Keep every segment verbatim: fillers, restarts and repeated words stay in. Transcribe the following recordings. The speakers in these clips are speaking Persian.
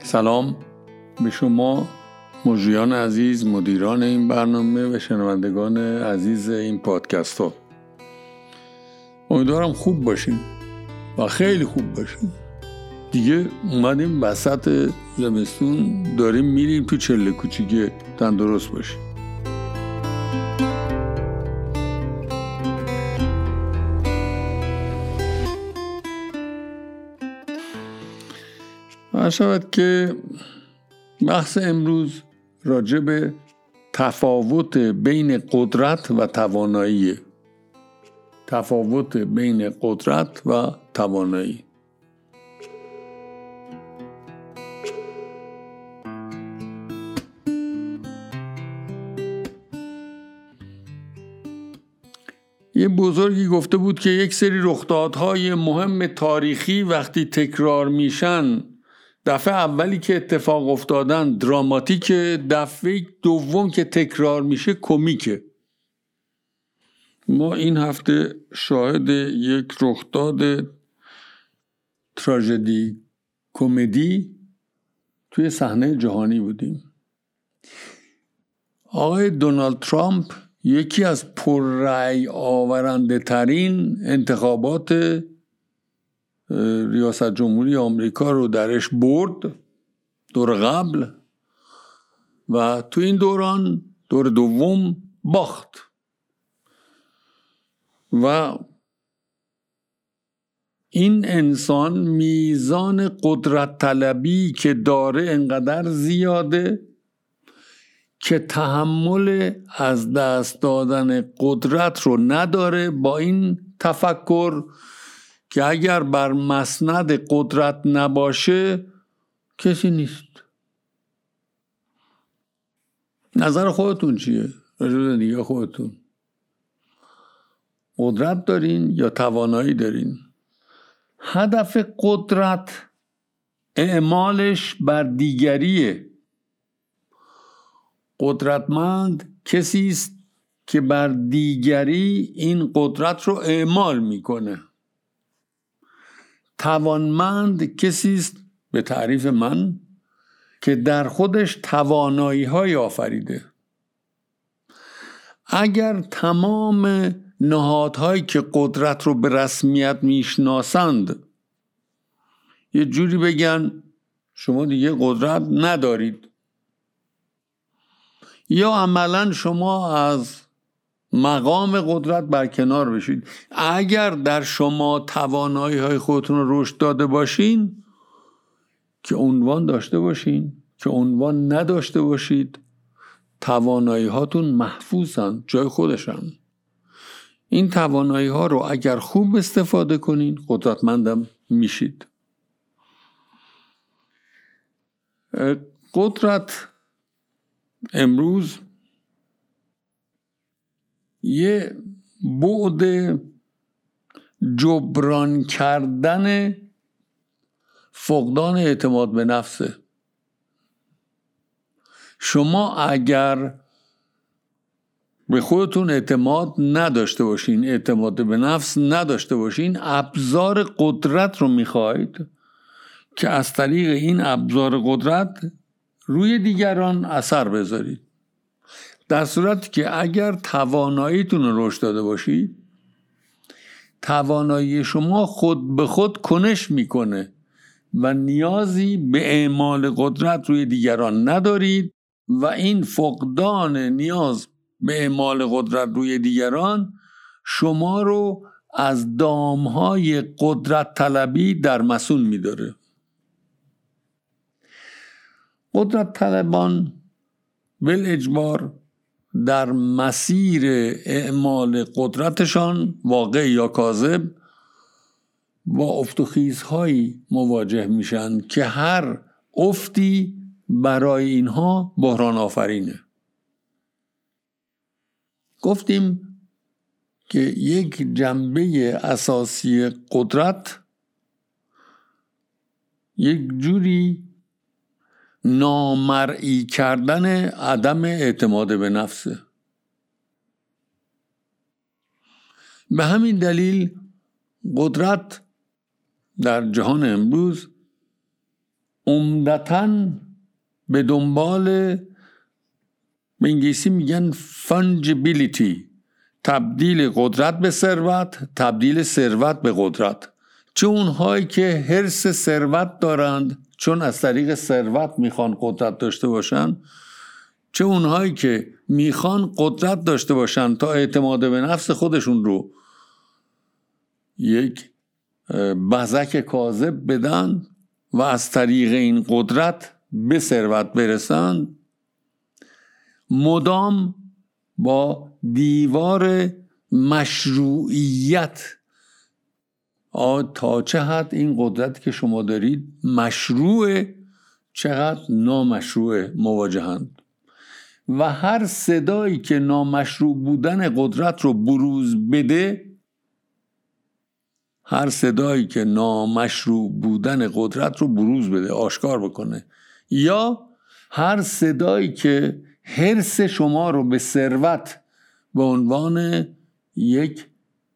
سلام به شما مجریان عزیز، مدیران این برنامه و شنوندگان عزیز این پادکست ها. امیدوارم خوب باشین و خیلی خوب باشین. دیگه اومدیم وسط زمستون، داریم میریم تو چله کوچیکه. تندرست باشین. شود که بحث امروز راجع به تفاوت بین قدرت و توانایی تفاوت بین قدرت و توانایی یه بزرگی گفته بود که یک سری رخدادهای مهم تاریخی وقتی تکرار میشن، دفعه اولی که اتفاق افتادن دراماتیکه، دفعه دوم که تکرار میشه کمیکه. ما این هفته شاهد یک رخداد تراژدی کمدی توی صحنه جهانی بودیم. آقای دونالد ترامپ یکی از پررأی آورنده ترین انتخابات ریاست جمهوری آمریکا رو درش برد دور قبل و تو این دوران دور دوم باخت و این انسان میزان قدرت طلبی که داره انقدر زیاده که تحمل از دست دادن قدرت رو نداره، با این تفکر که اگر بر مسند قدرت نباشه کسی نیست. نظر خودتون چیه؟ رجوع دیگه خودتون. قدرت دارین یا توانایی دارین؟ هدف قدرت اعمالش بر دیگریه. قدرتمند کسی است که بر دیگری این قدرت رو اعمال میکنه. توانمند کسی است به تعریف من که در خودش توانایی های آفریده. اگر تمام نهادهایی که قدرت رو به رسمیت میشناسند یه جوری بگن شما دیگه قدرت ندارید، یا عملا شما از مقام قدرت برکنار بشید، اگر در شما توانایی های خودتون رو رشد داده باشین که عنوان داشته باشین، که عنوان نداشته باشید، توانایی هاتون محفوظن، جای خودشن. این توانایی ها رو اگر خوب استفاده کنین قدرتمندم میشید. قدرت امروز یه بعد جبران کردن فقدان اعتماد به نفسه. شما اگر به خودتون اعتماد نداشته باشین، اعتماد به نفس نداشته باشین، ابزار قدرت رو میخواید که از طریق این ابزار قدرت روی دیگران اثر بذارید. در صورتی که اگر تواناییتون رو رشد داده باشید، توانایی شما خود به خود کنش میکنه و نیازی به اعمال قدرت روی دیگران ندارید و این فقدان نیاز به اعمال قدرت روی دیگران شما رو از دامهای قدرت طلبی در مسون میداره. قدرت طلبان بالاجبار در مسیر اعمال قدرتشان، واقع یا کاذب، با افت و خیزهایی مواجه میشن که هر افتی برای اینها بحران آفرینه. گفتیم که یک جنبه اساسی قدرت یک جوری نامرئی کردن عدم اعتماد به نفسه. به همین دلیل قدرت در جهان امروز عمدتاً به دنبال، به انگلیسی میگن فانجیبیلیتی، تبدیل قدرت به ثروت، تبدیل ثروت به قدرت. چه اونهایی که حرص ثروت دارند چون از طریق ثروت میخوان قدرت داشته باشن، چه اونهایی که میخوان قدرت داشته باشن تا اعتماد به نفس خودشون رو یک بزک کاذب بدن و از طریق این قدرت به ثروت برسن، مدام با دیوار مشروعیت، تا چه حد این قدرت که شما دارید مشروعه، چقدر نامشروعه مواجهند. و هر صدایی که نامشروع بودن قدرت رو بروز بده، هر صدایی که نامشروع بودن قدرت رو بروز بده، آشکار بکنه، یا هر صدایی که حرص شما رو به ثروت به عنوان یک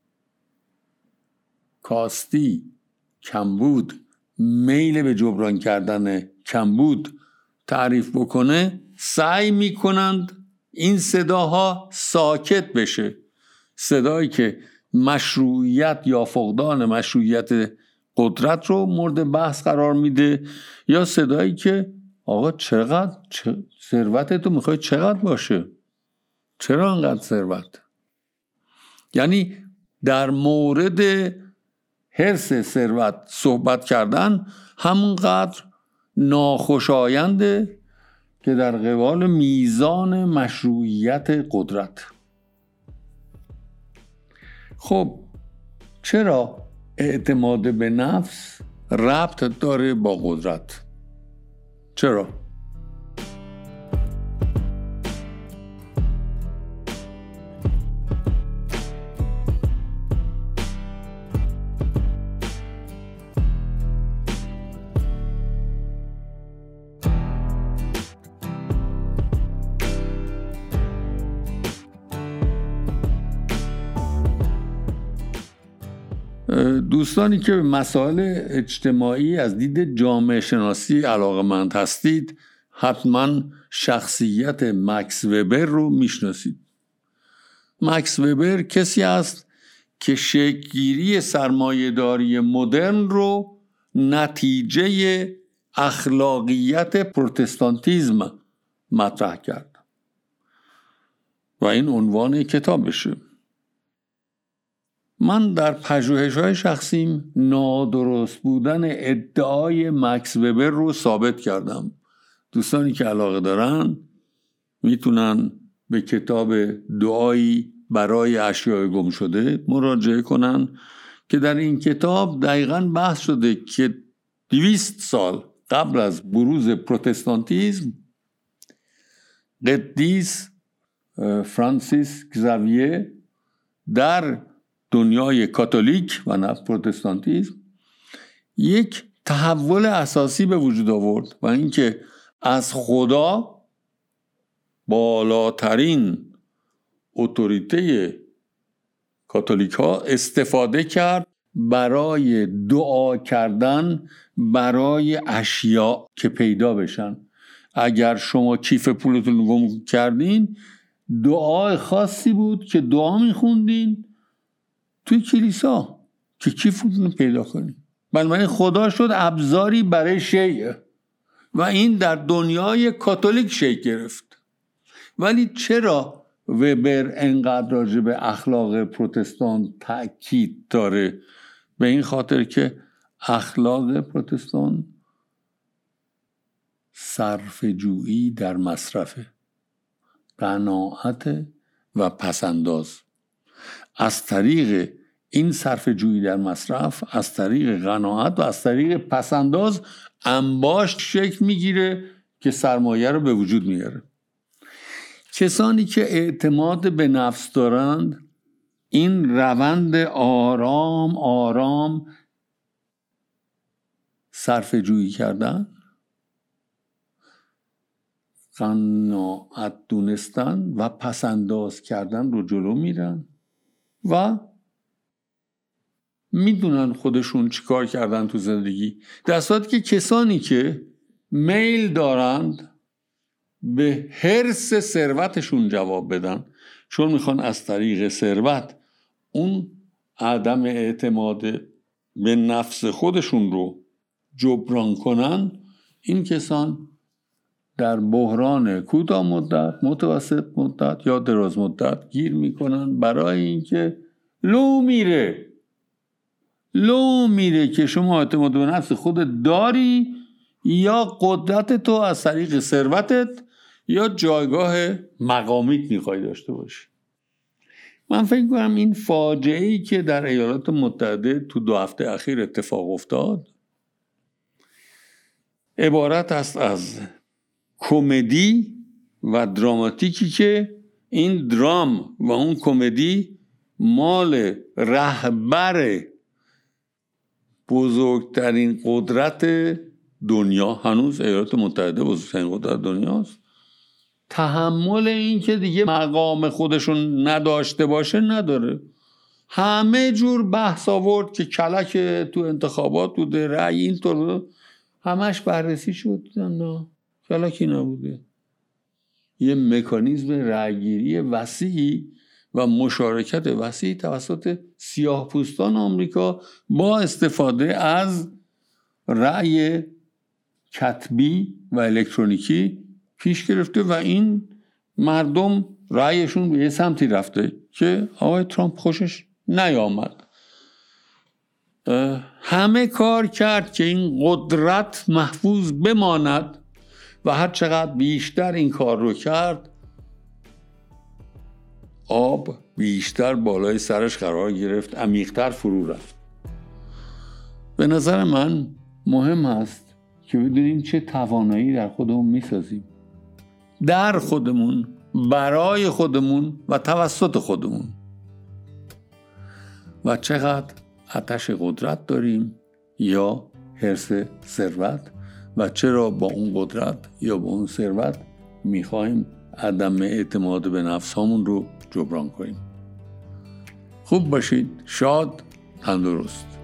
کاستی، کمبود، میل به جبران کردن کمبود تعریف بکنه، سعی میکنند این صداها ساکت بشه. صدایی که مشروعیت یا فقدان مشروعیت قدرت رو مورد بحث قرار میده، یا صدایی که آقا چقدر چه ثروت تو میخوای چقدر باشه، چرا انقدر ثروت؟ یعنی در مورد حرص ثروت صحبت کردن همونقدر ناخوشاینده که در قبال میزان مشروعیت قدرت. خب چرا اعتماد به نفس ربط داره با قدرت؟ چرا؟ دوستانی که به مسائل اجتماعی از دید جامعه شناسی علاقه‌مند هستید، حتما شخصیت مکس وبر رو میشناسید. مکس وبر کسی است که شکل‌گیری سرمایه‌داری مدرن رو نتیجه اخلاقیت پروتستانتیزم مطرح کرد و این عنوان کتابشه. من در پژوهش‌های شخصیم نادرست بودن ادعای مکس وبر رو ثابت کردم. دوستانی که علاقه دارن میتونن به کتاب دعایی برای اشیاء گم شده مراجعه کنن که در این کتاب دقیقاً بحث شده که دویست سال قبل از بروز پروتستانتیزم قدیس فرانسیس گزاویه در دنیای کاتولیک و نه پروتستانتیزم یک تحول اساسی به وجود آورد و اینکه از خدا، بالاترین اتوریته کاتولیک ها، استفاده کرد برای دعا کردن برای اشیاء که پیدا بشن. اگر شما کیف پولتون گم کردین، دعای خاصی بود که دعا میخوندین توی کلیسا که کیفتون پیدا کنین. بنابراین خدا شد ابزاری برای شیء و این در دنیای کاتولیک شکل گرفت. ولی چرا وبر انقدر راجع به اخلاق پروتستان تأکید داره؟ به این خاطر که اخلاق پروتستان صرفه‌جویی در مصرفه، قناعت و پسنداز. از طریق این صرفه‌جویی در مصرف، از طریق قناعت و از طریق پسنداز انباشت شکل میگیره که سرمایه رو به وجود میاره. کسانی که اعتماد به نفس دارند این روند آرام آرام صرفه‌جویی کردن، قناعت دونستن و پسنداز کردن رو جلو میرن و میدونن خودشون چیکار کردن تو زندگی. در صورتی که کسانی که میل دارند به حرص ثروتشون جواب بدن، چون میخوان از طریق ثروت اون عدم اعتماد به نفس خودشون رو جبران کنن. این کسان در بحران کوتاه مدت، متوسط مدت یا دراز مدت گیر میکنن، برای اینکه لو میره لو میره که شما اعتماد به نفس خودت داری یا قدرت تو از طریق ثروتت یا جایگاه مقامیت میخوای داشته باشی. من فکر کنم این فاجعه‌ای که در ایالات متحده تو دو هفته اخیر اتفاق افتاد عبارت است از کمدی و دراماتیکی که این درام و اون کمدی مال رهبر بزرگترین قدرت دنیا، هنوز ایالات متحده بزرگترین قدرت دنیاست، تحمل این که دیگه مقام خودشون نداشته باشه نداره. همه جور بحث آورد که کلک تو انتخابات بوده، رأی اینطور، همش بررسی شد، نه کلکی نبوده. یه مکانیزم رأیگیری وسیعی و مشارکت وسیعی توسط سیاه پوستان آمریکا با استفاده از رأی کتبی و الکترونیکی پیش گرفته و این مردم رأیشون به یه سمتی رفته که آقای ترامپ خوشش نیامد. همه کار کرد که این قدرت محفوظ بماند و هر چقدر بیشتر این کار رو کرد آب بیشتر بالای سرش قرار گرفت، عمیق‌تر فرو رفت. به نظر من مهم هست که بدونیم چه توانایی در خودمون میسازیم، در خودمون، برای خودمون و توسط خودمون، و چقدر آتش قدرت داریم یا حرص ثروت و چرا با اون قدرت یا با اون ثروت میخوایم عدم اعتماد به نفس هامون رو جبران کنیم. خوب باشید، شاد، تندرست.